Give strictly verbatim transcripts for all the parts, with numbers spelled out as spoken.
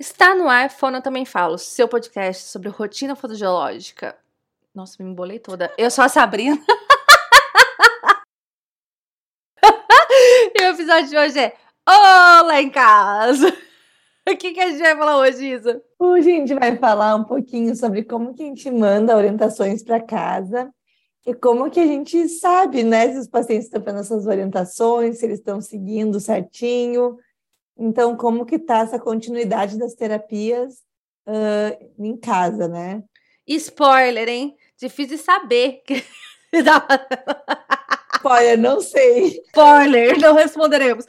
Está no ar, Fono Também Falo, seu podcast sobre rotina fotogeológica. Nossa, me embolei toda. Eu sou a Sabrina. E o episódio de hoje é Olá em Casa. O que, que a gente vai falar hoje, Isa? Hoje a gente vai falar um pouquinho sobre como que a gente manda orientações para casa e como que a gente sabe, né, se os pacientes estão fazendo essas orientações, se eles estão seguindo certinho. Então, como que tá essa continuidade das terapias uh, em casa, né? Spoiler, hein? Difícil de saber. Spoiler, não sei. Spoiler, não responderemos.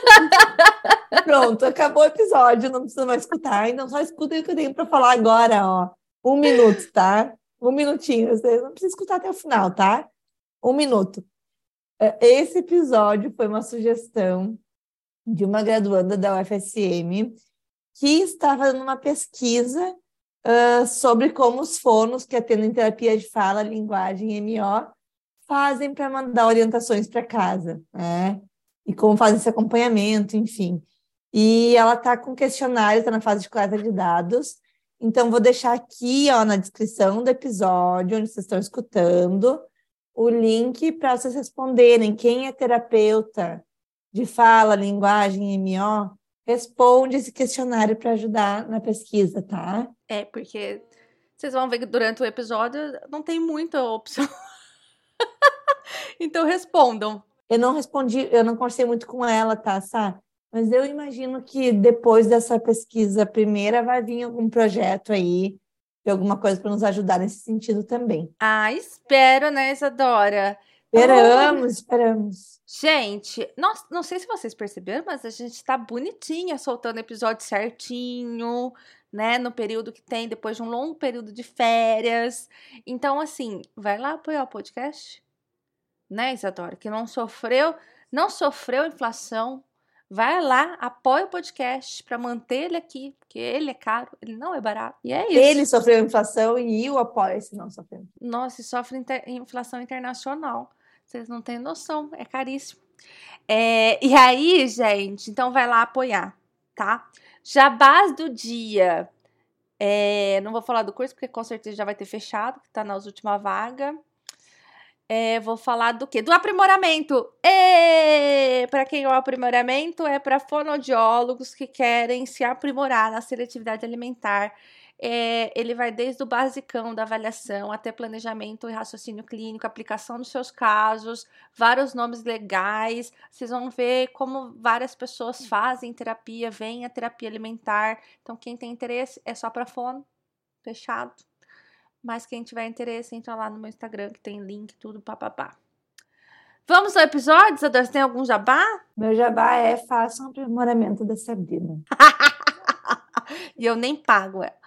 Pronto, acabou o episódio, não precisa mais escutar. Então, só escutem o que eu tenho para falar agora, ó. Um minuto, tá? Um minutinho. Você não precisa escutar até o final, tá? Um minuto. Esse episódio foi uma sugestão de uma graduanda da U F S M que está fazendo uma pesquisa uh, sobre como os fonos que atendem terapia de fala, linguagem e M O fazem para mandar orientações para casa, né? E como fazem esse acompanhamento, enfim. E ela está com questionário, está na fase de coleta de dados. Então, vou deixar aqui, ó, na descrição do episódio, onde vocês estão escutando, o link para vocês responderem. Quem é terapeuta de fala, linguagem, M O, responde esse questionário para ajudar na pesquisa, tá? É, porque vocês vão ver que durante o episódio não tem muita opção. Então respondam. Eu não respondi, eu não conversei muito com ela, tá, Sá? Mas eu imagino que depois dessa pesquisa primeira vai vir algum projeto aí, alguma coisa para nos ajudar nesse sentido também. Ah, espero, né, Isadora? Esperamos, esperamos. Gente, nós, não sei se vocês perceberam, mas a gente tá bonitinha, soltando episódio certinho, né? No período que tem, depois de um longo período de férias. Então, assim, vai lá apoiar o podcast, né, Isadora? Que não sofreu, não sofreu inflação. Vai lá, apoia o podcast para manter ele aqui, porque ele é caro, ele não é barato. E é isso. Ele sofreu inflação e o apoia-se não sofreu. Nossa, e sofre inter- inflação internacional. Vocês não têm noção, é caríssimo. É, e aí, gente, então vai lá apoiar, tá? Jabás do dia. É, não vou falar do curso, porque com certeza já vai ter fechado, que tá nas últimas vagas. É, vou falar do quê? Do aprimoramento. Para quem é o aprimoramento? É para fonoaudiólogos que querem se aprimorar na seletividade alimentar. É, ele vai desde o basicão da avaliação até planejamento e raciocínio clínico, aplicação dos seus casos, vários nomes legais. Vocês vão ver como várias pessoas fazem terapia, vem a terapia alimentar. Então, quem tem interesse é só para fono, fechado. Mas quem tiver interesse, entra lá no meu Instagram, que tem link, tudo, papapá. Vamos ao episódio, Isadora? Você tem algum jabá? Meu jabá é faça um aprimoramento da Sabrina. E eu nem pago ela.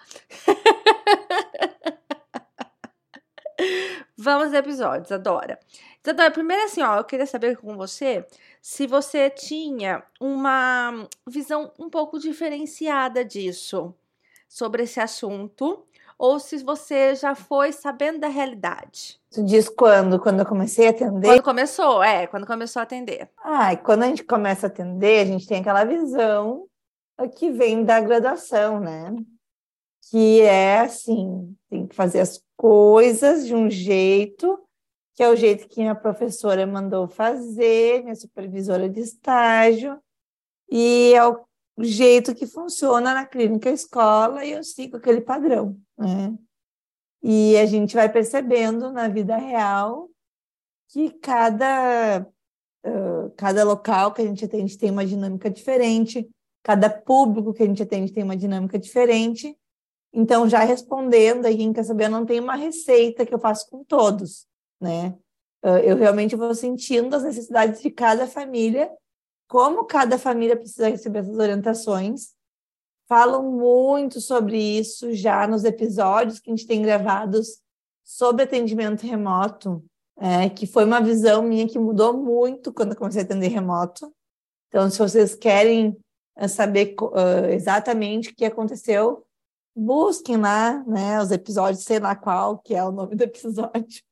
Vamos ao episódio, Isadora. Isadora, primeiro assim, ó, eu queria saber com você se você tinha uma visão um pouco diferenciada disso, sobre esse assunto, ou se você já foi sabendo da realidade. Tu diz quando? Quando eu comecei a atender? Quando começou, é, quando começou a atender. Ah, e quando a gente começa a atender, a gente tem aquela visão que vem da graduação, né? Que é assim, tem que fazer as coisas de um jeito, que é o jeito que minha professora mandou fazer, minha supervisora de estágio, e é o jeito que funciona na clínica escola, e eu sigo aquele padrão, né? E a gente vai percebendo na vida real que cada, uh, cada local que a gente atende tem uma dinâmica diferente, cada público que a gente atende tem uma dinâmica diferente. Então, já respondendo, aí quem quer saber, eu não tenho uma receita que eu faço com todos, né? Uh, eu realmente vou sentindo as necessidades de cada família, como cada família precisa receber essas orientações. Falam muito sobre isso já nos episódios que a gente tem gravados sobre atendimento remoto, é, que foi uma visão minha que mudou muito quando eu comecei a atender remoto. Então, se vocês querem saber uh, exatamente o que aconteceu, busquem lá, né, os episódios, sei lá qual que é o nome do episódio,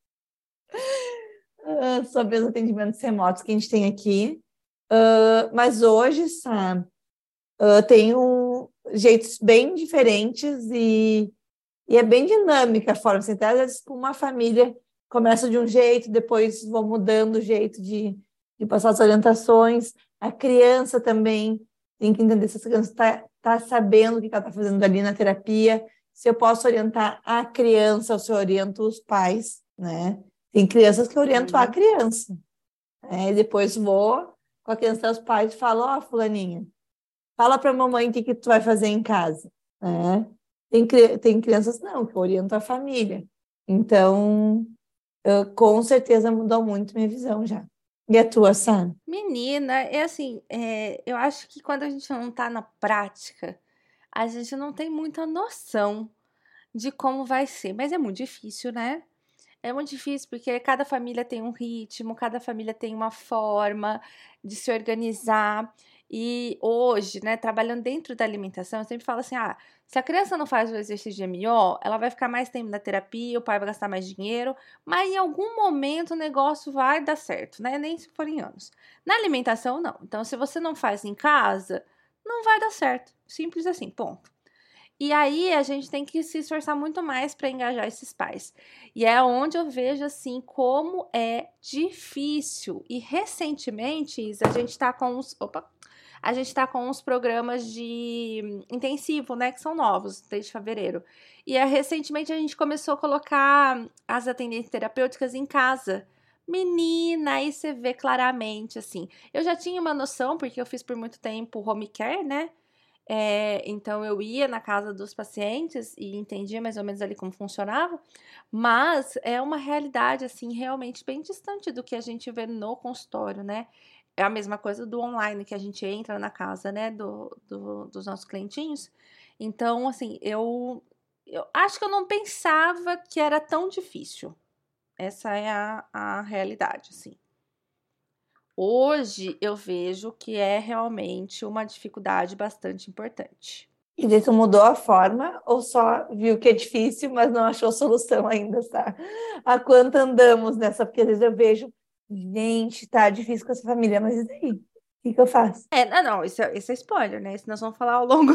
uh, sobre os atendimentos remotos que a gente tem aqui. Uh, mas hoje, sabe, uh, tem um, jeitos bem diferentes e, e é bem dinâmica a forma. Assim, até às vezes com uma família começa de um jeito, depois vão mudando o jeito de, de passar as orientações. A criança também tem que entender se essa criança está tá sabendo o que ela está fazendo ali na terapia, se eu posso orientar a criança ou se eu oriento os pais, né? Tem crianças que eu oriento a criança. Né? E depois vou com a criança aos pais e falo, ó, oh, fulaninha, fala para a mamãe o que, que tu vai fazer em casa. Né? Tem, tem crianças, não, que eu oriento a família. Então, eu, com certeza mudou muito minha visão já. E a tua, Sam? Menina, é assim, é, eu acho que quando a gente não tá na prática, a gente não tem muita noção de como vai ser. Mas é muito difícil, né? É muito difícil porque cada família tem um ritmo, cada família tem uma forma de se organizar. E hoje, né, trabalhando dentro da alimentação, eu sempre falo assim: ah, se a criança não faz o exercício de M O, ela vai ficar mais tempo na terapia, o pai vai gastar mais dinheiro, mas em algum momento o negócio vai dar certo, né? Nem se for em anos. Na alimentação, não. Então, se você não faz em casa, não vai dar certo. Simples assim, ponto. E aí a gente tem que se esforçar muito mais para engajar esses pais. E é onde eu vejo assim como é difícil. E recentemente, Isa, a gente tá com os, opa, a gente tá com uns programas de intensivo, né, que são novos desde fevereiro. E é, recentemente a gente começou a colocar as atendentes terapêuticas em casa. Menina, aí você vê claramente assim. Eu já tinha uma noção porque eu fiz por muito tempo home care, né? É, então eu ia na casa dos pacientes e entendia mais ou menos ali como funcionava, mas é uma realidade assim realmente bem distante do que a gente vê no consultório, né? É a mesma coisa do online que a gente entra na casa, né, do, do dos nossos clientinhos. Então, assim, eu, eu acho que eu não pensava que era tão difícil. Essa é a, a realidade, assim. Hoje eu vejo que é realmente uma dificuldade bastante importante. E daí tu mudou a forma ou só viu que é difícil, mas não achou solução ainda, tá? Há quanto andamos nessa? Porque às vezes eu vejo, gente, tá difícil com essa família, mas e daí? O que que eu faço? É, não, não, isso é, isso é spoiler, né? Isso nós vamos falar ao longo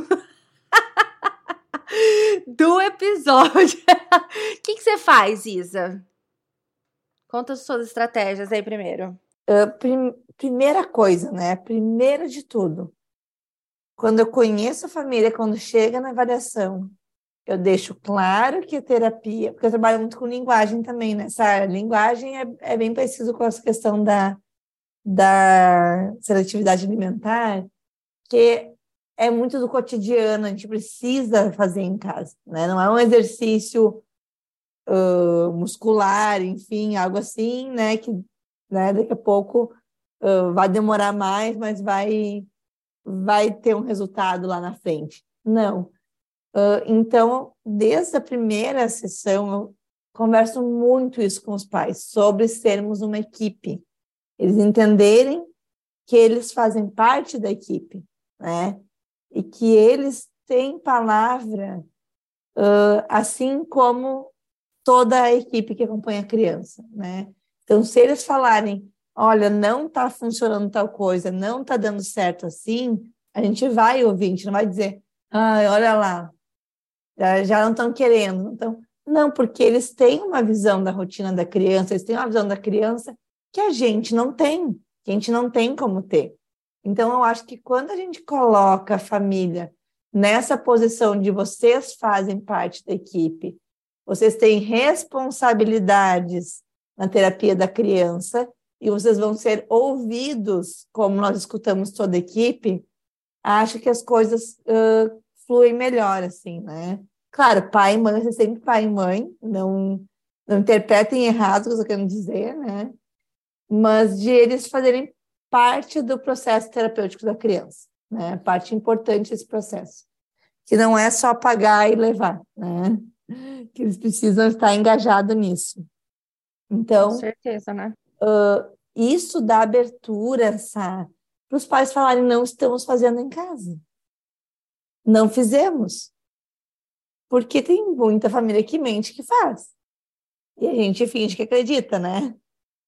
do episódio. O que, que você faz, Isa? Conta as suas estratégias aí primeiro. Uh, prim- primeira coisa, né? Primeiro de tudo, quando eu conheço a família, quando chega na avaliação, eu deixo claro que a terapia, porque eu trabalho muito com linguagem também, né? Essa linguagem é, é bem parecido com essa questão da, da seletividade alimentar, que é muito do cotidiano, a gente precisa fazer em casa, né? Não é um exercício uh, muscular, enfim, algo assim, né? Que, né, daqui a pouco uh, vai demorar mais, mas vai, vai ter um resultado lá na frente. Não. Uh, então, desde a primeira sessão, eu converso muito isso com os pais, sobre sermos uma equipe. Eles entenderem que eles fazem parte da equipe, né? E que eles têm palavra, uh, assim como toda a equipe que acompanha a criança, né? Então, se eles falarem, olha, não está funcionando tal coisa, não está dando certo assim, a gente vai ouvir, a gente não vai dizer, ah, olha lá, já, já não estão querendo. Então, não, porque eles têm uma visão da rotina da criança, eles têm uma visão da criança que a gente não tem, que a gente não tem como ter. Então, eu acho que quando a gente coloca a família nessa posição de vocês fazem parte da equipe, vocês têm responsabilidades na terapia da criança e vocês vão ser ouvidos, como nós escutamos toda a equipe, acho que as coisas uh, fluem melhor, assim, né? Claro, pai e mãe, você sempre pai e mãe, não, não interpretem errado o que eu estou querendo dizer, né? Mas de eles fazerem parte do processo terapêutico da criança, né? Parte importante desse processo. Que não é só pagar e levar, né? Que eles precisam estar engajados nisso. Então, com certeza, né? Uh, isso dá abertura, sabe? Para os pais falarem, não estamos fazendo em casa. Não fizemos. Porque tem muita família que mente que faz. E a gente finge que acredita, né?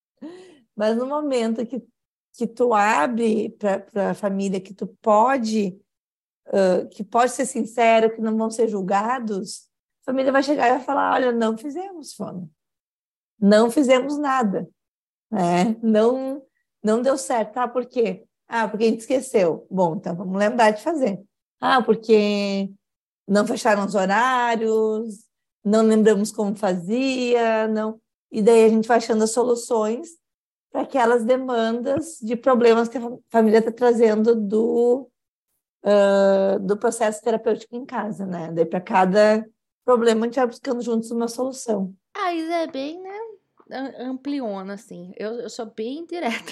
Mas no momento que, que tu abre para a família, que tu pode uh, que pode ser sincero, que não vão ser julgados, a família vai chegar e vai falar, olha, não fizemos fono, não fizemos nada, né? Não, não deu certo, tá? Por quê? Ah, porque a gente esqueceu. Bom, então vamos lembrar de fazer. Ah, porque não fecharam os horários, não lembramos como fazia, não. E daí a gente vai achando as soluções para aquelas demandas de problemas que a família está trazendo do, uh, do processo terapêutico em casa, né? Daí para cada problema a gente vai buscando juntos uma solução. Ah, isso é bem, né, ampliona, assim. Eu, eu sou bem direta.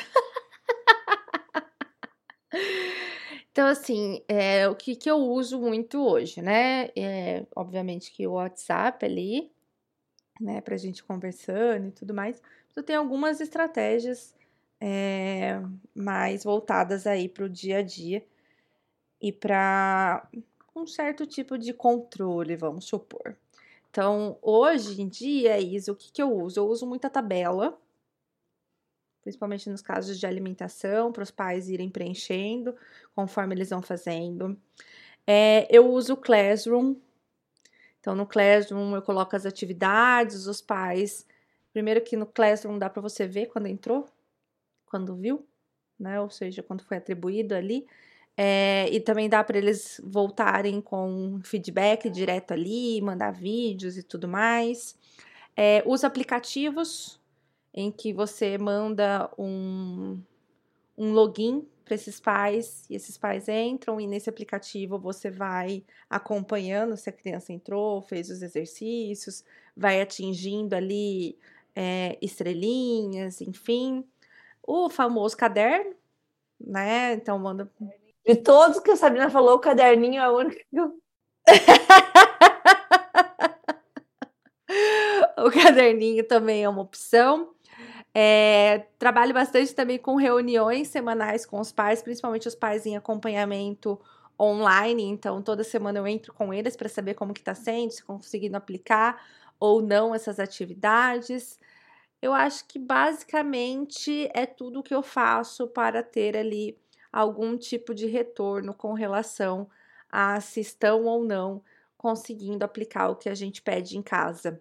Então, assim, é, o que, que eu uso muito hoje, né? É, obviamente que o WhatsApp ali, né, pra gente conversando e tudo mais. Eu tenho algumas estratégias é, mais voltadas aí pro dia a dia e para um certo tipo de controle, vamos supor. Então, hoje em dia, Isa, o que, que eu uso? Eu uso muita tabela, principalmente nos casos de alimentação, para os pais irem preenchendo conforme eles vão fazendo. É, eu uso o Classroom. Então, no Classroom eu coloco as atividades, os pais. Primeiro que no Classroom dá para você ver quando entrou, quando viu, né? Ou seja, quando foi atribuído ali. É, e também dá para eles voltarem com feedback direto ali, mandar vídeos e tudo mais. É, os aplicativos em que você manda um, um login para esses pais, e esses pais entram, e nesse aplicativo você vai acompanhando se a criança entrou, fez os exercícios, vai atingindo ali é, estrelinhas, enfim. O famoso caderno, né? Então manda. De todos que a Sabrina falou, o caderninho é o único que eu... O caderninho também é uma opção. É, trabalho bastante também com reuniões semanais com os pais, principalmente os pais em acompanhamento online. Então, toda semana eu entro com eles para saber como que está sendo, se conseguindo aplicar ou não essas atividades. Eu acho que basicamente é tudo que eu faço para ter ali algum tipo de retorno com relação a se estão ou não conseguindo aplicar o que a gente pede em casa.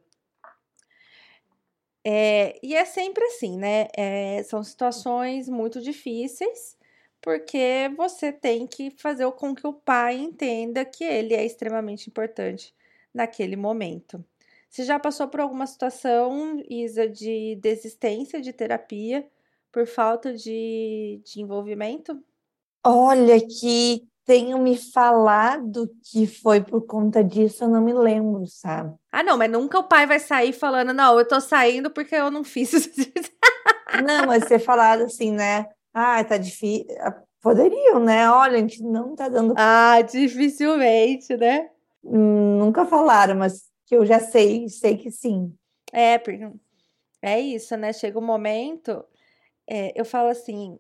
É, e é sempre assim, né? É, são situações muito difíceis, porque você tem que fazer com que o pai entenda que ele é extremamente importante naquele momento. Você já passou por alguma situação, Isa, de desistência de terapia por falta de, de envolvimento? Olha, que tenho me falado que foi por conta disso, eu não me lembro, sabe? Ah, não, mas nunca o pai vai sair falando, não, eu tô saindo porque eu não fiz isso. Não, mas ser falado assim, né? Ah, tá difícil. Poderiam, né? Olha, a gente não tá dando. Ah, dificilmente, né? Hum, Nunca falaram, mas que eu já sei, sei que sim. É, porque é isso, né? Chega um momento, é, eu falo assim,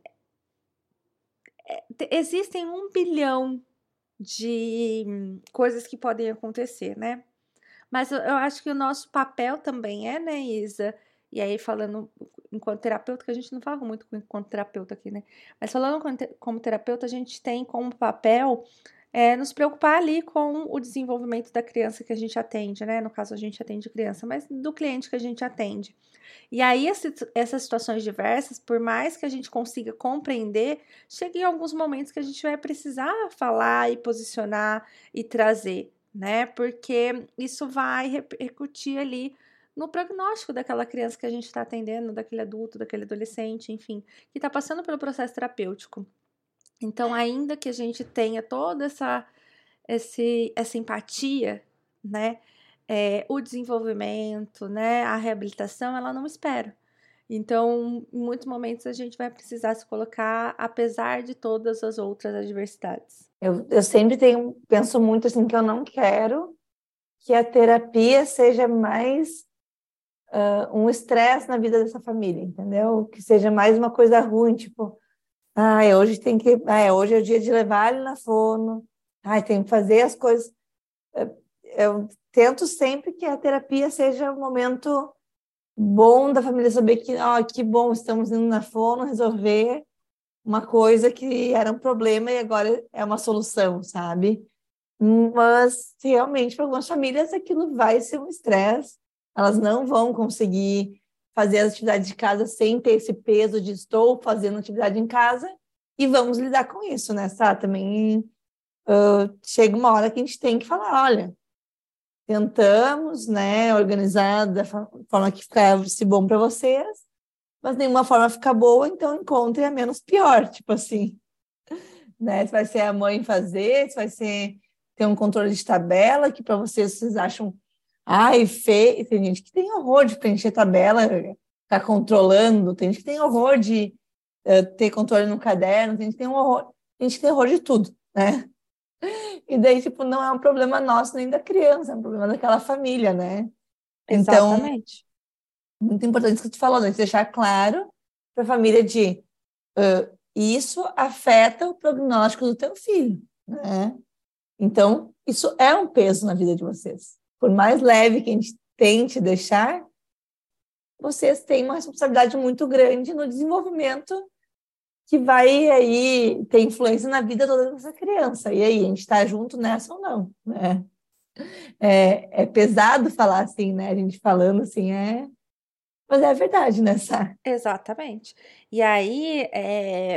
te- existem um bilhão de hum, coisas que podem acontecer, né? Mas eu, eu acho que o nosso papel também é, né, Isa? E aí, falando enquanto terapeuta, que a gente não fala muito com- enquanto terapeuta aqui, né? Mas falando como te- como terapeuta, a gente tem como papel é, nos preocupar ali com o desenvolvimento da criança que a gente atende, né? No caso, a gente atende criança, mas do cliente que a gente atende. E aí, essas situações diversas, por mais que a gente consiga compreender, chega em alguns momentos que a gente vai precisar falar e posicionar e trazer, né? Porque isso vai repercutir ali no prognóstico daquela criança que a gente está atendendo, daquele adulto, daquele adolescente, enfim, que está passando pelo processo terapêutico. Então, ainda que a gente tenha toda essa, esse, essa empatia, né? É, o desenvolvimento, né? A reabilitação, ela não espera. Então, em muitos momentos a gente vai precisar se colocar, apesar de todas as outras adversidades. Eu, eu sempre tenho, penso muito assim que eu não quero que a terapia seja mais uh, um estresse na vida dessa família, entendeu? Que seja mais uma coisa ruim, tipo, ai, hoje tem que, ai, hoje é o dia de levar ele na fono, ai, tem que fazer as coisas. Eu tento sempre que a terapia seja um momento bom da família saber que, ó, que bom, estamos indo na fono resolver uma coisa que era um problema e agora é uma solução, sabe? Mas realmente, para algumas famílias, aquilo vai ser um estresse. Elas não vão conseguir fazer as atividades de casa sem ter esse peso de estou fazendo atividade em casa e vamos lidar com isso, né, Sá? Também uh, chega uma hora que a gente tem que falar, olha, tentamos, né, organizar da forma que ficasse bom para vocês, mas nenhuma forma fica boa, então encontre a menos pior, tipo assim, né? Se vai ser a mãe fazer, se vai ser ter um controle de tabela, que para vocês, vocês acham, ai, feio. Tem gente que tem horror de preencher tabela, ficar controlando, tem gente que tem horror de uh, ter controle no caderno, tem gente que tem horror, tem gente que tem horror de tudo, né? E daí, tipo, não é um problema nosso nem da criança, é um problema daquela família, né? Então, Exatamente. muito importante isso que tu falou, né? Deixar claro para a família de uh, isso afeta o prognóstico do teu filho, né? Então, isso é um peso na vida de vocês. Por mais leve que a gente tente deixar, vocês têm uma responsabilidade muito grande no desenvolvimento que vai aí ter influência na vida toda dessa criança. E aí, a gente está junto nessa ou não, né? É, é pesado falar assim, né? A gente falando assim, é... Mas é verdade, né, Sá? Exatamente. E aí, é,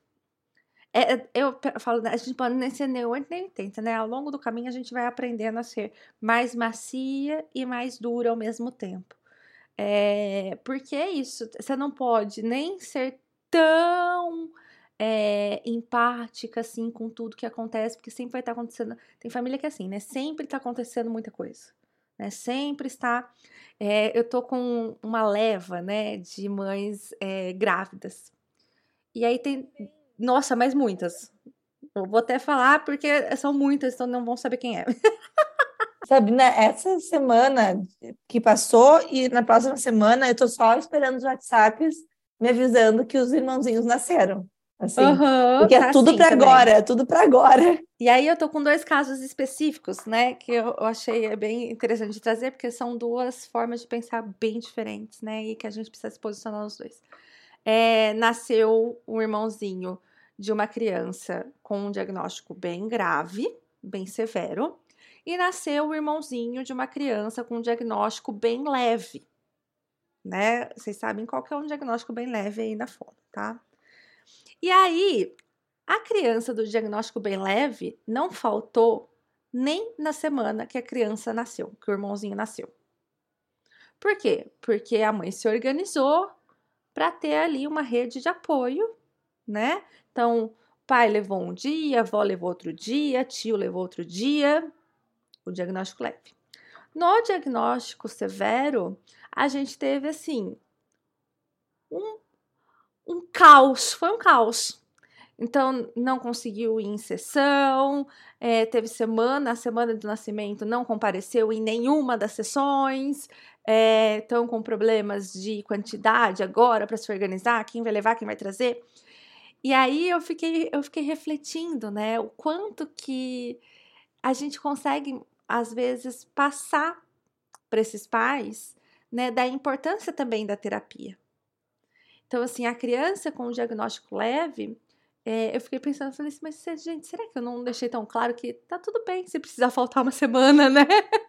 é, eu pe- falo, né, a gente pode nem ser nem oito nem oitenta, né? Ao longo do caminho a gente vai aprendendo a ser mais macia e mais dura ao mesmo tempo. É, porque é isso, você não pode nem ser tão é, empática assim com tudo que acontece, porque sempre vai estar acontecendo. Tem família que é assim, né? Sempre está acontecendo muita coisa, né? Sempre está. É, eu tô com uma leva, né, de mães é, grávidas. E aí tem, nossa, mas muitas. Eu vou até falar porque são muitas, então não vão saber quem é. Sabe, né? Essa semana que passou e na próxima semana eu tô só esperando os WhatsApps me avisando que os irmãozinhos nasceram. Assim, Aham, porque é tá tudo assim para também. agora, é tudo para agora. E aí eu tô com dois casos específicos, né, que eu, eu achei bem interessante de trazer, porque são duas formas de pensar bem diferentes, né, e que a gente precisa se posicionar nos dois. É, nasceu um irmãozinho de uma criança com um diagnóstico bem grave, bem severo, e nasceu o irmãozinho de uma criança com um diagnóstico bem leve, né? Vocês sabem qual que é um diagnóstico bem leve aí na foto, tá? E aí, a criança do diagnóstico bem leve não faltou nem na semana que a criança nasceu, que o irmãozinho nasceu. Por quê? Porque a mãe se organizou para ter ali uma rede de apoio, né? Então, pai levou um dia, avó levou outro dia, tio levou outro dia, o diagnóstico leve. No diagnóstico severo, a gente teve assim um, um caos, foi um caos. Então, não conseguiu ir em sessão, é, teve semana, a semana do nascimento não compareceu em nenhuma das sessões, estão é, com problemas de quantidade agora para se organizar, quem vai levar, quem vai trazer. E aí eu fiquei, eu fiquei refletindo, né, o quanto que a gente consegue, às vezes, passar para esses pais, né, da importância também da terapia. Então, assim, a criança com o diagnóstico leve, é, eu fiquei pensando, falei assim, mas gente, será que eu não deixei tão claro que tá tudo bem se precisar faltar uma semana, né?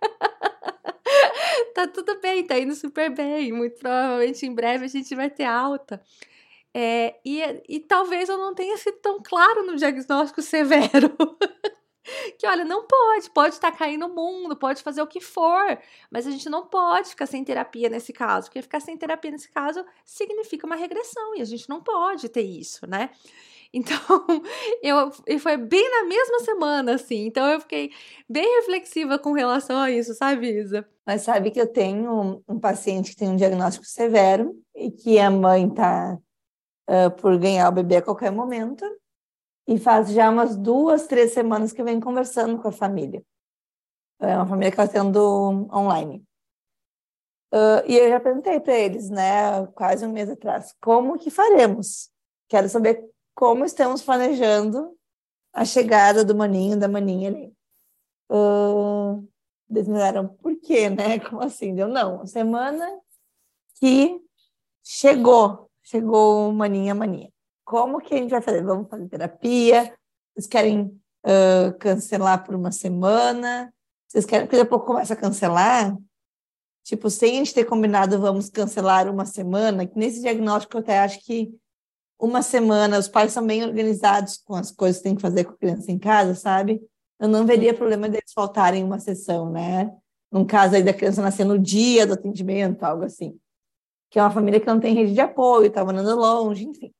Tá tudo bem, tá indo super bem, muito provavelmente em breve a gente vai ter alta. É, e, e talvez eu não tenha sido tão claro no diagnóstico severo. Que olha, não pode, pode estar caindo no mundo, pode fazer o que for, mas a gente não pode ficar sem terapia nesse caso, porque ficar sem terapia nesse caso significa uma regressão e a gente não pode ter isso, né? Então, eu, e foi bem na mesma semana, assim, então eu fiquei bem reflexiva com relação a isso, sabe, Isa? Mas sabe que eu tenho um, um paciente que tem um diagnóstico severo e que a mãe está uh, por ganhar o bebê a qualquer momento. E faz já umas duas, três semanas que vem conversando com a família. É uma família que está tendo online. Uh, e eu já perguntei para eles, né, quase um mês atrás, como que faremos? Quero saber como estamos planejando a chegada do maninho, da maninha ali. Uh, eles me deram por quê, né? Como assim? Deu não. Semana que chegou, chegou maninha, maninha. como que a gente vai fazer? Vamos fazer terapia? Vocês querem uh, cancelar por uma semana? Vocês querem, porque depois começa a cancelar, tipo, sem a gente ter combinado, vamos cancelar uma semana, que nesse diagnóstico eu até acho que uma semana, os pais são bem organizados com as coisas que tem que fazer com a criança em casa, sabe? Eu não veria Uhum. problema deles faltarem uma sessão, né? Num caso aí da criança nascer no dia do atendimento, algo assim. Que é uma família que não tem rede de apoio, tá morando longe, enfim.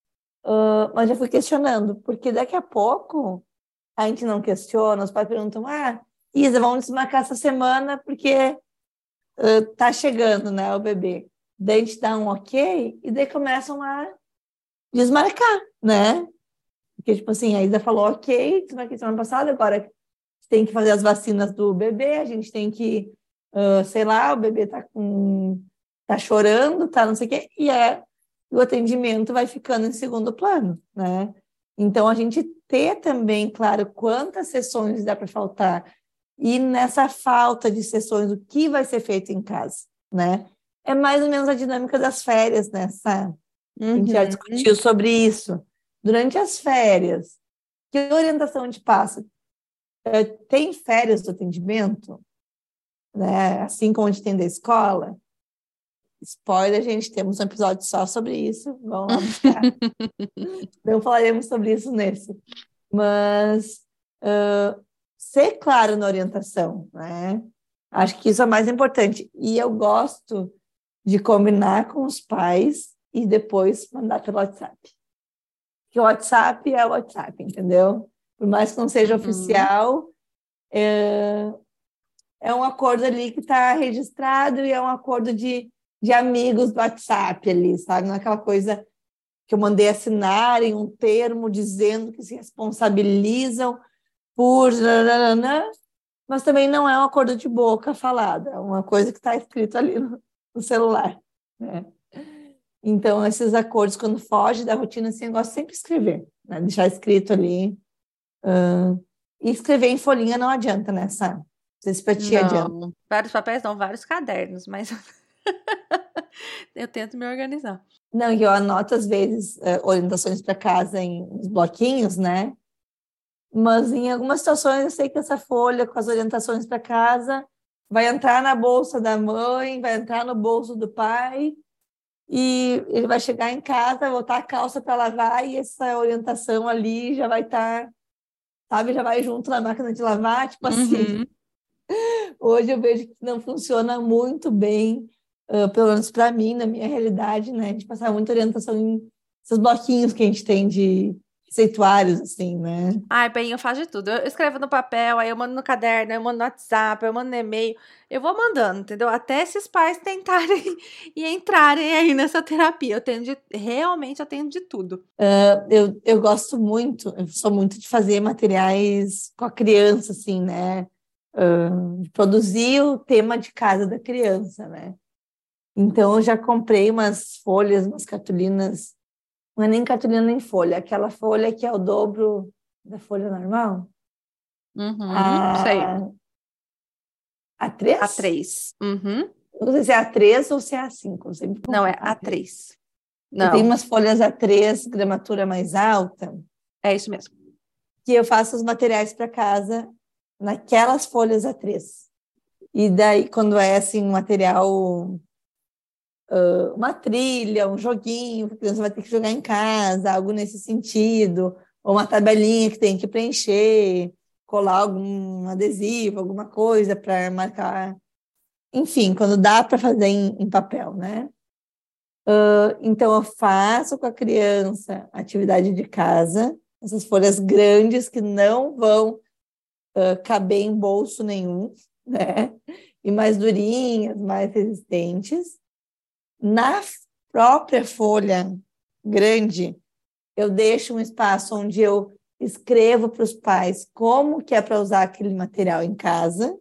Uh, mas já fui questionando, porque daqui a pouco a gente não questiona, os pais perguntam, ah, Isa, vamos desmarcar essa semana porque uh, tá chegando, né, o bebê. Daí a gente dá um ok e daí começam a desmarcar, né? Porque, tipo assim, a Isa falou, ok, desmarquei semana passada, agora tem que fazer as vacinas do bebê, a gente tem que, uh, sei lá, o bebê tá com, tá chorando, tá não sei o quê, e é, o atendimento vai ficando em segundo plano, né? Então, a gente ter também, claro, quantas sessões dá para faltar, e nessa falta de sessões, o que vai ser feito em casa, né? É mais ou menos a dinâmica das férias, né, Sá? A gente já Uhum. discutiu sobre isso. Durante as férias, que orientação a gente passa? É, tem férias do atendimento, né? Assim como a gente tem da escola. Spoiler, gente, temos um episódio só sobre isso. Vamos lá buscar. Não falaremos sobre isso nesse. Mas uh, ser claro na orientação, né? Acho que isso é o mais importante. E eu gosto de combinar com os pais e depois mandar pelo WhatsApp. Porque o WhatsApp é o WhatsApp, entendeu? Por mais que não seja Uhum. oficial, é, é um acordo ali que está registrado e é um acordo de, de amigos do WhatsApp ali, sabe? Não é aquela coisa que eu mandei assinarem um termo dizendo que se responsabilizam por... Mas também não é um acordo de boca falada, é uma coisa que está escrito ali no, no celular, né? Então, esses acordos, quando foge da rotina, assim, eu gosto sempre de escrever, né? Deixar escrito ali. Uh, e escrever em folhinha não adianta, né, Sá? Não sei se para ti adianta. Não, vários papéis não, vários cadernos, mas eu tento me organizar. Não, e eu anoto, às vezes, uh, orientações para casa em uns bloquinhos, né? Mas em algumas situações eu sei que essa folha com as orientações para casa vai entrar na bolsa da mãe, vai entrar no bolso do pai, e ele vai chegar em casa, botar a calça para lavar, e essa orientação ali já vai estar, tá, sabe, já vai junto na máquina de lavar, tipo assim. Uhum. Hoje eu vejo que não funciona muito bem, uh, pelo menos para mim, na minha realidade, né? De passar muita orientação em esses bloquinhos que a gente tem de receituários, assim, né? Ai, bem, eu faço de tudo. Eu escrevo no papel, aí eu mando no caderno, eu mando no WhatsApp, eu mando no e-mail. Eu vou mandando, entendeu? Até esses pais tentarem e entrarem aí nessa terapia. Eu tenho de, realmente eu tenho de tudo. Uh, eu, eu gosto muito, eu sou muito de fazer materiais com a criança, assim, né? Uh, de produzir o tema de casa da criança, né? Então, eu já comprei umas folhas, umas cartolinas, não é nem cartolina nem folha, aquela folha que é o dobro da folha normal. Uhum, sei. A, a A três? três. Uhum. Não sei se é a três ou se é a cinco, eu sempre Não, é confundo. a três. Eu tenho Não, umas folhas A três, gramatura mais alta, é isso mesmo. que eu faço os materiais para casa naquelas folhas A três. E daí, quando é assim, um material, uma trilha, um joguinho, que a criança vai ter que jogar em casa, algo nesse sentido, ou uma tabelinha que tem que preencher, colar algum adesivo, alguma coisa para marcar. Enfim, quando dá para fazer em, em papel, né? Uh, então, eu faço com a criança atividade de casa, essas folhas grandes que não vão uh, caber em bolso nenhum, né? E mais durinhas, mais resistentes. Na própria folha grande, eu deixo um espaço onde eu escrevo para os pais como que é para usar aquele material em casa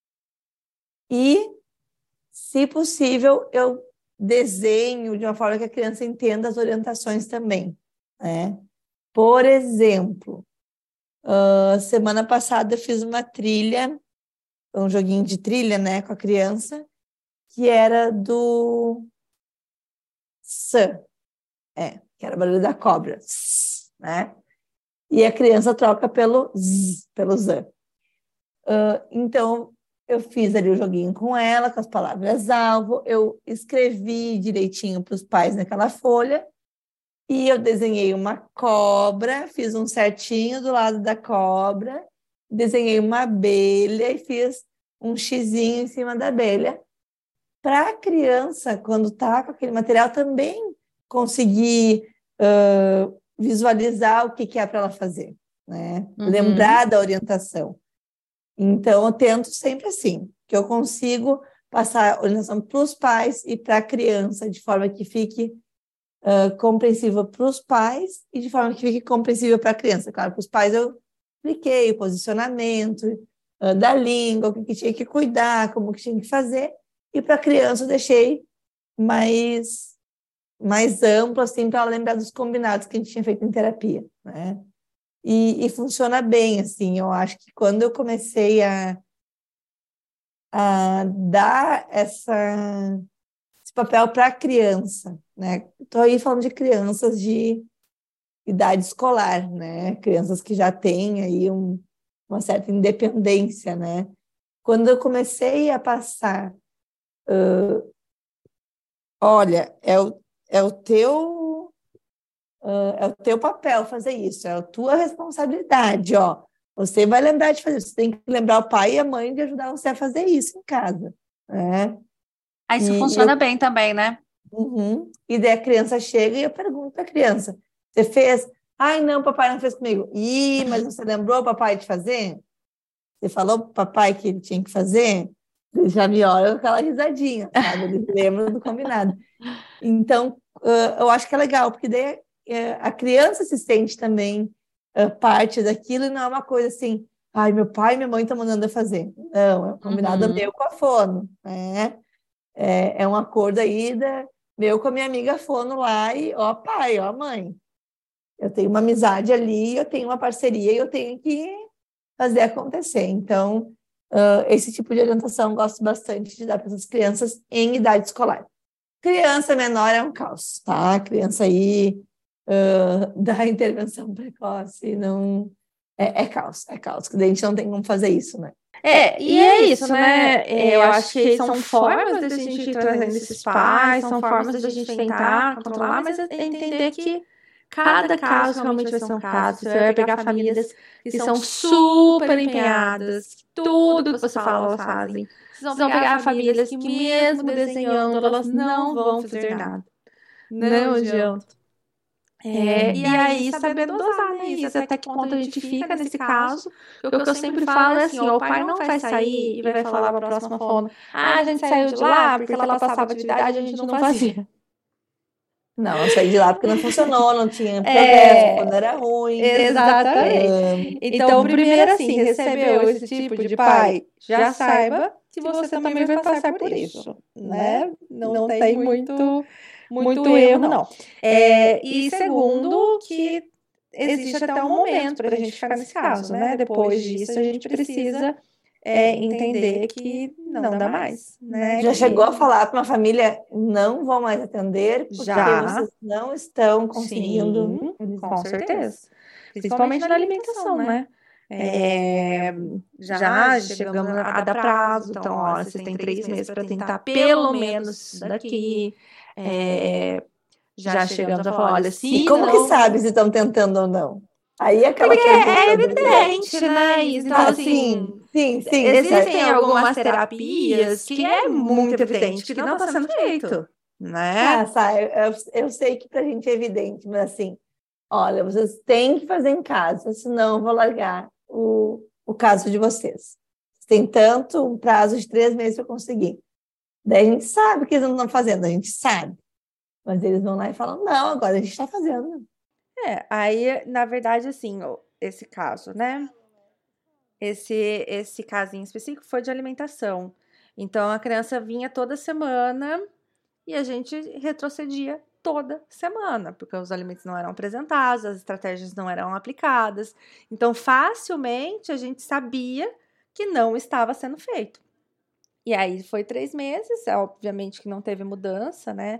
e, se possível, eu desenho de uma forma que a criança entenda as orientações também, né? Por exemplo, uh, semana passada eu fiz uma trilha, um joguinho de trilha, né, com a criança, que era do S, é, que era o barulho da cobra, né? E a criança troca pelo z, pelo z. Uh, então, eu fiz ali o joguinho com ela, com as palavras-alvo, eu escrevi direitinho para os pais naquela folha, e eu desenhei uma cobra, fiz um certinho do lado da cobra, desenhei uma abelha e fiz um xizinho em cima da abelha, para a criança, quando está com aquele material, também conseguir uh, visualizar o que, que é para ela fazer, né? Uhum. Lembrar da orientação. Então, eu tento sempre assim, que eu consigo passar a orientação para os pais e para a criança, de forma que fique uh, compreensível para os pais e de forma que fique compreensível para a criança. Claro, para os pais eu expliquei o posicionamento uh, da língua, o que, que tinha que cuidar, como que tinha que fazer, e para a criança eu deixei mais, mais amplo, assim, para ela lembrar dos combinados que a gente tinha feito em terapia, né? E, e funciona bem, assim, eu acho que quando eu comecei a, a dar essa, esse papel para a criança, né? Estou aí falando de crianças de idade escolar, né? Crianças que já têm aí um, uma certa independência, né? Quando eu comecei a passar, uh, olha, é o, é o teu... Uh, é o teu papel fazer isso, é a tua responsabilidade, ó. Você vai lembrar de fazer isso, você tem que lembrar o pai e a mãe de ajudar você a fazer isso em casa, né? Aí isso E, funciona eu, bem também, né? uhum, e daí a criança chega e eu pergunto para a criança, você fez? Ai, não, papai não fez comigo. Ih, mas você lembrou o papai de fazer? Você falou para o papai que ele tinha que fazer? Ele já me olha com aquela risadinha, sabe? Ele lembra do combinado. Então, uh, eu acho que é legal, porque daí a criança se sente também uh, parte daquilo e não é uma coisa assim, ai, meu pai e minha mãe estão mandando eu fazer. Não, é um combinado Uhum. meu com a fono, né? É, é um acordo aí da, meu com a minha amiga fono lá e, ó pai, ó mãe, eu tenho uma amizade ali, eu tenho uma parceria e eu tenho que fazer acontecer. Então, uh, esse tipo de orientação eu gosto bastante de dar para essas crianças em idade escolar. Criança menor é um caos, tá? Criança aí uh, da intervenção precoce não é, é caos, é caos, que a gente não tem como fazer isso, né? É, e é isso, né? É, eu acho que são formas da gente ir trazendo esses pais, são formas da gente tentar controlar, mas é entender que cada caso realmente vai ser um caso. Você vai pegar famílias que são super empenhadas, que tudo que você fala elas fazem. Vocês vão pegar famílias que mesmo desenhando, elas não vão fazer nada. Não adianta. É, e aí, saber dosar, né? Isso, até que ponto a gente fica nesse caso. O que eu sempre falo é assim, ó, o pai não vai sair e vai falar para a próxima fono, ah, a gente saiu de lá porque ela passava atividade e a gente não fazia. Não, eu saí de lá porque não funcionou, não tinha progresso, É, quando era ruim. exatamente. Então, primeiro assim, recebeu esse tipo de pai, já saiba que você também vai passar por isso, né? Não tem muito, muito erro, não. É, e segundo, que existe até um momento para a gente ficar nesse caso, né? Depois disso, a gente precisa é, entender que não dá mais, né? Já que... chegou a falar para uma família, não vão mais atender porque Já. vocês não estão conseguindo. Sim, com certeza. Principalmente na alimentação, né? É, já chegamos a dar prazo, então, ó, vocês têm três meses para tentar pelo menos isso daqui. É, já chegamos a falar, olha, se E como não... que sabe se estão tentando ou não? Aí acaba Porque pergunta é evidente, né? Então, ah, assim, sim, sim, sim, existem algumas terapias que é muito evidente que não está sendo feito, né? Ah, Sá, eu, eu sei que pra gente é evidente, mas assim, olha, vocês têm que fazer em casa, senão eu vou largar o, o caso de vocês. Tem tanto um prazo de três meses para conseguir. Daí a gente sabe que eles não estão fazendo, a gente sabe. Mas eles vão lá e falam, não, agora a gente está fazendo. É, aí, na verdade, assim, esse caso, né? Esse, esse casinho específico foi de alimentação. Então, a criança vinha toda semana e a gente retrocedia toda semana, porque os alimentos não eram apresentados, as estratégias não eram aplicadas. Então, facilmente a gente sabia que não estava sendo feito. E aí foi três meses, obviamente que não teve mudança, né?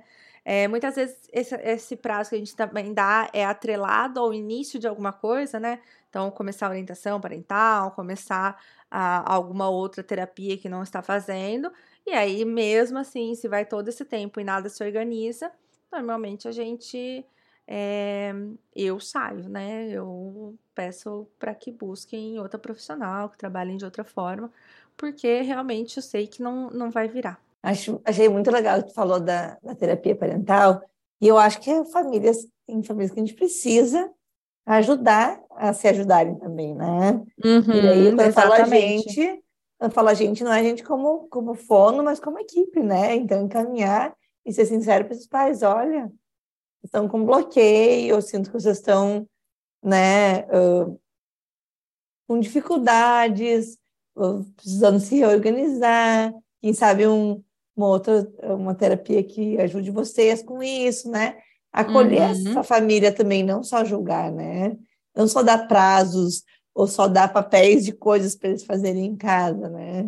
É, muitas vezes esse, esse prazo que a gente também dá é atrelado ao início de alguma coisa, né? Então, começar a orientação parental, começar a, alguma outra terapia que não está fazendo. E aí, mesmo assim, se vai todo esse tempo e nada se organiza, normalmente a gente, é, eu saio, né? Eu peço para que busquem outra profissional, que trabalhem de outra forma, porque realmente eu sei que não, não vai virar. Acho, achei muito legal que tu falou da, da terapia parental, e eu acho que famílias, tem famílias que a gente precisa ajudar a se ajudarem também, né? E aí, Uhum, quando eu falo a exatamente. gente, quando eu falo a gente, não é a gente como, como fono, mas como equipe, né? Então, encaminhar e ser sincero para os pais, olha, estão com bloqueio, eu sinto que vocês estão, né, uh, com dificuldades, uh, precisando se reorganizar, quem sabe um, uma outra, uma terapia que ajude vocês com isso, né? Acolher essa Uhum. família também, não só julgar, né? Não só dar prazos ou só dar papéis de coisas para eles fazerem em casa, né?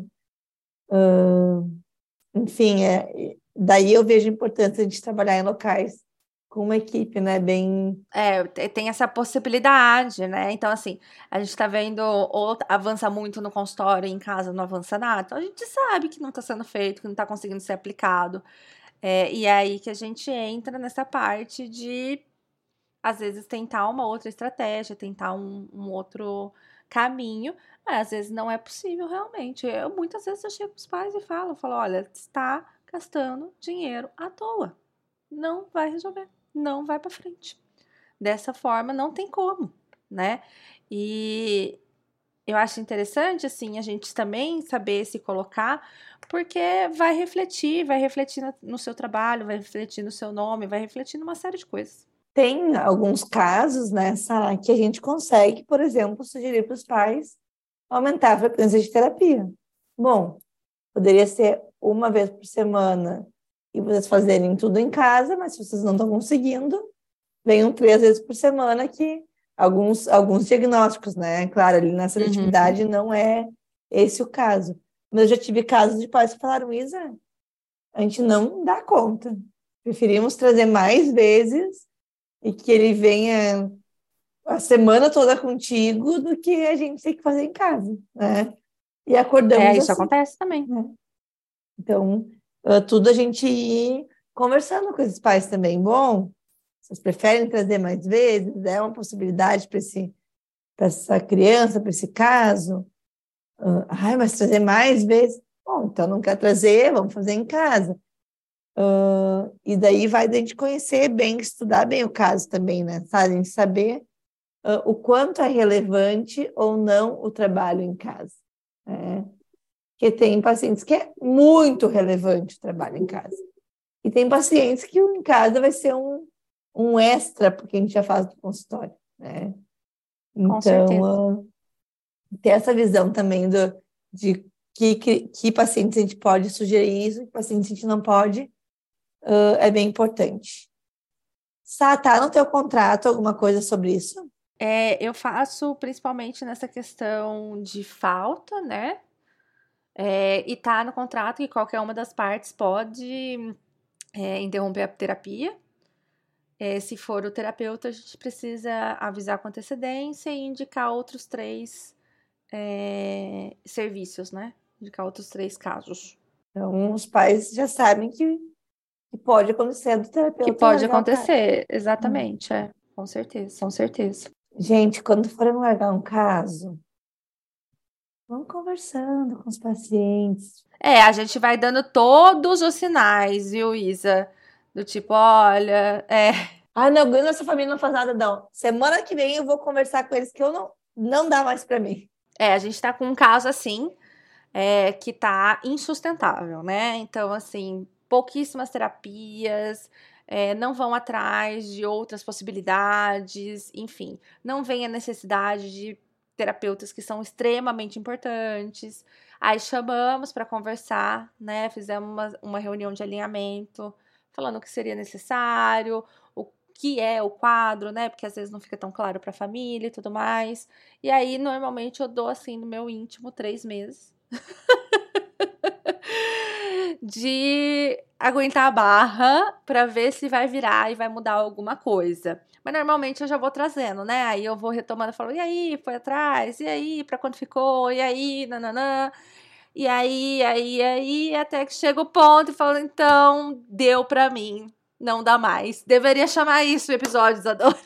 Uh, enfim, é, daí eu vejo a importância de trabalhar em locais com uma equipe, né? Bem. É, tem essa possibilidade, né? Então, assim, a gente tá vendo ou avança muito no consultório e em casa não avança nada. Então, a gente sabe que não tá sendo feito, que não tá conseguindo ser aplicado. É, e é aí que a gente entra nessa parte de, às vezes, tentar uma outra estratégia, tentar um, um outro caminho. Mas, às vezes, não é possível realmente. Eu, muitas vezes, eu chego com os pais e falo, eu falo, olha, está gastando dinheiro à toa. Não vai resolver, não vai para frente. Dessa forma, não tem como, né? E eu acho interessante, assim, a gente também saber se colocar, porque vai refletir, vai refletir no seu trabalho, vai refletir no seu nome, vai refletir numa série de coisas. Tem alguns casos nessa que a gente consegue, por exemplo, sugerir para os pais aumentar a frequência de terapia. Bom, poderia ser uma vez por semana e vocês fazerem tudo em casa, mas se vocês não estão conseguindo, venham três vezes por semana que alguns, alguns diagnósticos, né? Claro, ali na Uhum. seletividade não é esse o caso. Mas eu já tive casos de pais que falaram, Isa, a gente não dá conta. Preferimos trazer mais vezes e que ele venha a semana toda contigo do que a gente tem que fazer em casa, né? E É, acordamos isso assim, acontece também. né? Então, uh, tudo a gente ir conversando com esses pais também. Bom, vocês preferem trazer mais vezes? É uma possibilidade para esse, para essa criança, para esse caso? Uh, ai, mas trazer mais vezes? Bom, então não quer trazer, vamos fazer em casa. Uh, e daí vai da gente conhecer bem, estudar bem o caso também, né? Sabe? A gente saber uh, o quanto é relevante ou não o trabalho em casa. Né? Porque tem pacientes que é muito relevante o trabalho em casa. E tem pacientes que o em casa vai ser um, um extra, porque a gente já faz no consultório, né? Com certeza. Então, uh, ter essa visão também do, de que, que, que pacientes a gente pode sugerir isso, que pacientes a gente não pode, uh, é bem importante. Sá, tá no teu contrato alguma coisa sobre isso? É, eu faço principalmente nessa questão de falta, né? É, e tá no contrato que qualquer uma das partes pode é, interromper a terapia. É, se for o terapeuta, a gente precisa avisar com antecedência e indicar outros três é, serviços, né? Indicar outros três casos. Então, os pais já sabem que, que pode acontecer do Que terapeuta pode largar o caso. acontecer, Hum. exatamente, é. Com certeza, com certeza. Gente, quando forem largar um caso, vão conversando com os pacientes. É, a gente vai dando todos os sinais, viu, Isa? Do tipo, olha, é, Ah, não, nossa família não faz nada, não. Semana que vem eu vou conversar com eles que eu não, não dá mais para mim. é, a gente tá com um caso assim, é, que tá insustentável, né? Então, assim, pouquíssimas terapias, é, não vão atrás de outras possibilidades, enfim, não vem a necessidade de terapeutas que são extremamente importantes. Aí chamamos para conversar, né? Fizemos uma, uma reunião de alinhamento, falando o que seria necessário, o que é o quadro, né? Porque às vezes não fica tão claro para a família e tudo mais. E aí, normalmente, eu dou assim no meu íntimo três meses de aguentar a barra pra ver se vai virar e vai mudar alguma coisa. Mas normalmente eu já vou trazendo, né? Aí eu vou retomando e falo, e aí, foi atrás? E aí, pra quanto ficou? E aí, nananã. E aí, aí, aí, até que chega o ponto e falo, então, deu pra mim. Não dá mais. Deveria chamar isso o episódio, Isadora.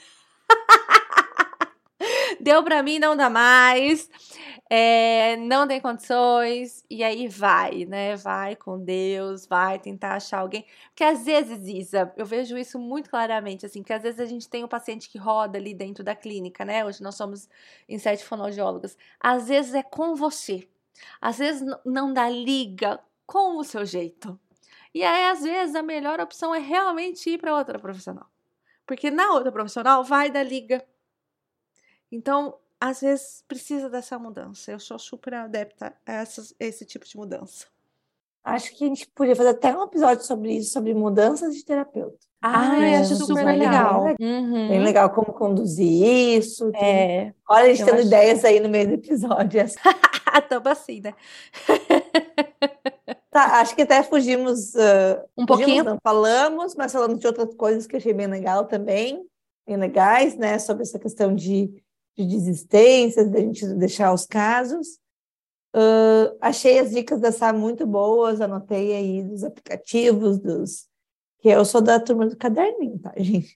Deu pra mim, não dá mais. É, não tem condições, e aí vai, né? Vai com Deus, vai tentar achar alguém. Porque às vezes, Isa, eu vejo isso muito claramente, assim, que às vezes a gente tem um paciente que roda ali dentro da clínica, né? Hoje nós somos em sete fonoaudiólogas. Às vezes é com você. Às vezes não dá liga com o seu jeito. E aí, às vezes, a melhor opção é realmente ir para outra profissional. Porque na outra profissional vai dar liga. Então, às vezes precisa dessa mudança. Eu sou super adepta a essas, esse tipo de mudança. Acho que a gente podia fazer até um episódio sobre isso, sobre mudanças de terapeuta. Ah, eu acho Um super episódio legal. Bem, Uhum. bem legal como conduzir isso. Tudo. É, Olha, a gente eu tendo acho- ideias aí no meio do episódio. Tamo assim, né? Tá, acho que até fugimos, uh, Um fugimos pouquinho. não, falamos, mas falamos de outras coisas que eu achei bem legal também, bem legais, né, sobre essa questão de, de desistências, da gente deixar os casos. Uh, achei as dicas da Sá muito boas, anotei aí dos aplicativos, dos que eu sou da turma do caderninho, tá, gente?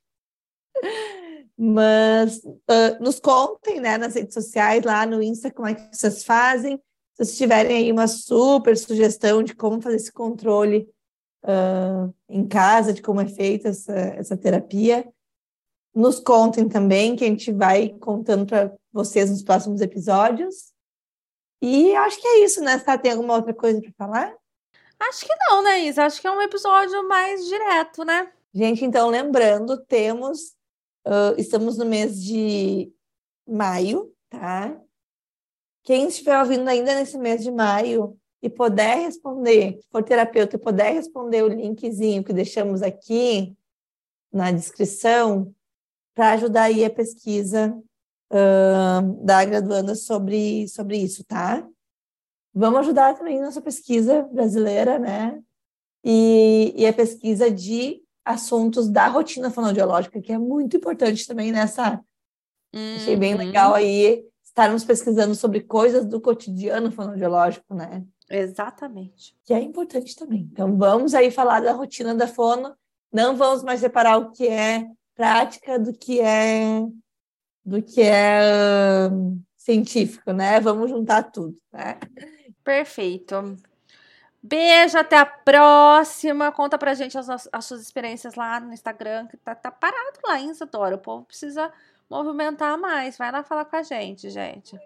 Mas uh, nos contem, né, nas redes sociais, lá no Insta, como é que vocês fazem. Se vocês tiverem aí uma super sugestão de como fazer esse controle uh, em casa, de como é feita essa, essa terapia, nos contem também, que a gente vai contando para vocês nos próximos episódios. E acho que é isso, né? Tá? Tem alguma outra coisa para falar? Acho que não, né, Isa? Acho que é um episódio mais direto, né? Gente, então, lembrando, temos, uh, estamos no mês de maio, tá? Quem estiver ouvindo ainda nesse mês de maio e puder responder, se for terapeuta e puder responder o linkzinho que deixamos aqui na descrição, para ajudar aí a pesquisa uh, da graduanda sobre, sobre isso, tá? Vamos ajudar também nossa pesquisa brasileira, né? E, e a pesquisa de assuntos da rotina fonoaudiológica, que é muito importante também nessa. Uhum. Achei bem legal aí estarmos pesquisando sobre coisas do cotidiano fonoaudiológico, né? Exatamente. Que é importante também. Então, vamos aí falar da rotina da fono. Não vamos mais separar o que é prática do que é do que é um, científico, né? Vamos juntar tudo, né? Perfeito. Beijo, até a próxima. Conta pra gente as, as suas experiências lá no Instagram, que tá, tá parado lá, hein, Isadora? O povo precisa movimentar mais. Vai lá falar com a gente, gente.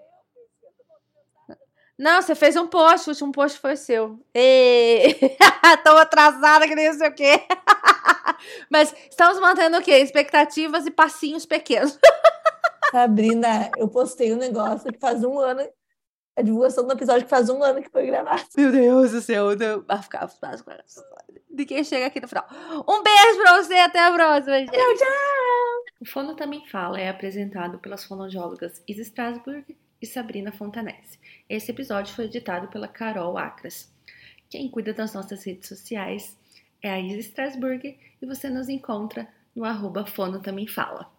Não, você fez um post, o último post foi seu. Ê! Tô atrasada que nem não sei o quê. Mas estamos mantendo o quê? Expectativas e passinhos pequenos. Sabrina, eu postei um negócio que faz um ano, a divulgação do episódio que faz um ano que foi gravado. Meu Deus do céu. Vai ficar... Ninguém chega aqui no final. Um beijo pra você, até a próxima, gente. Tchau, tchau! O Fono Também Fala é apresentado pelas fonoaudiólogas Isa Strasburg e Sabrina Fontanesi. Esse episódio foi editado pela Carol Acras. Quem cuida das nossas redes sociais é a Isa Strasburg e você nos encontra no arroba Fono Também Fala.